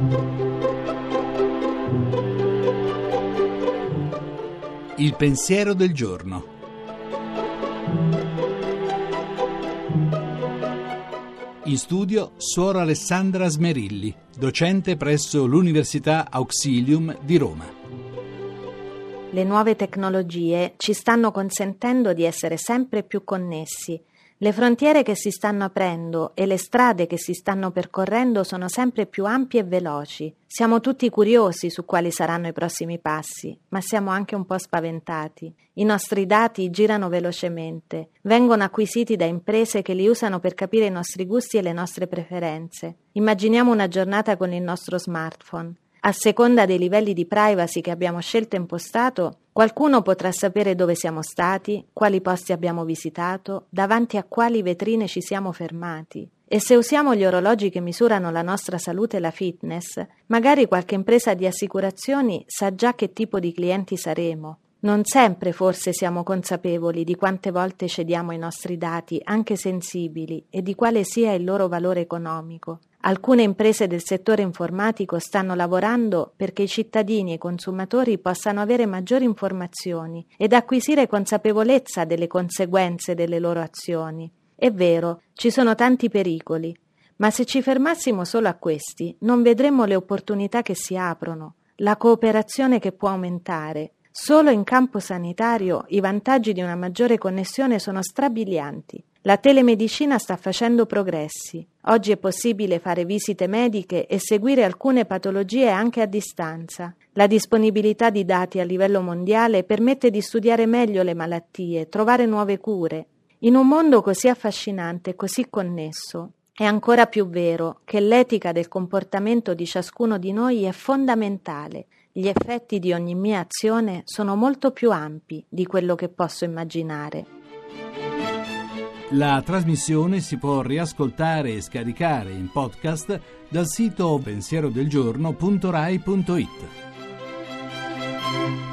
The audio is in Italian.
Il pensiero del giorno. In studio Suor Alessandra Smerilli, docente presso l'Università Auxilium di Roma. Le nuove tecnologie ci stanno consentendo di essere sempre più connessi. Le frontiere che si stanno aprendo e le strade che si stanno percorrendo sono sempre più ampie e veloci. Siamo tutti curiosi su quali saranno i prossimi passi, ma siamo anche un po' spaventati. I nostri dati girano velocemente, vengono acquisiti da imprese che li usano per capire i nostri gusti e le nostre preferenze. Immaginiamo una giornata con il nostro smartphone. A seconda dei livelli di privacy che abbiamo scelto e impostato, qualcuno potrà sapere dove siamo stati, quali posti abbiamo visitato, davanti a quali vetrine ci siamo fermati. E se usiamo gli orologi che misurano la nostra salute e la fitness, magari qualche impresa di assicurazioni sa già che tipo di clienti saremo. Non sempre forse siamo consapevoli di quante volte cediamo i nostri dati, anche sensibili, e di quale sia il loro valore economico. Alcune imprese del settore informatico stanno lavorando perché i cittadini e i consumatori possano avere maggiori informazioni ed acquisire consapevolezza delle conseguenze delle loro azioni. È vero, ci sono tanti pericoli, ma se ci fermassimo solo a questi, non vedremmo le opportunità che si aprono, la cooperazione che può aumentare. Solo in campo sanitario i vantaggi di una maggiore connessione sono strabilianti. La telemedicina sta facendo progressi. Oggi è possibile fare visite mediche e seguire alcune patologie anche a distanza. La disponibilità di dati a livello mondiale permette di studiare meglio le malattie, trovare nuove cure. In un mondo così affascinante e così connesso, è ancora più vero che l'etica del comportamento di ciascuno di noi è fondamentale. Gli effetti di ogni mia azione sono molto più ampi di quello che posso immaginare. La trasmissione si può riascoltare e scaricare in podcast dal sito pensierodelgiorno.rai.it.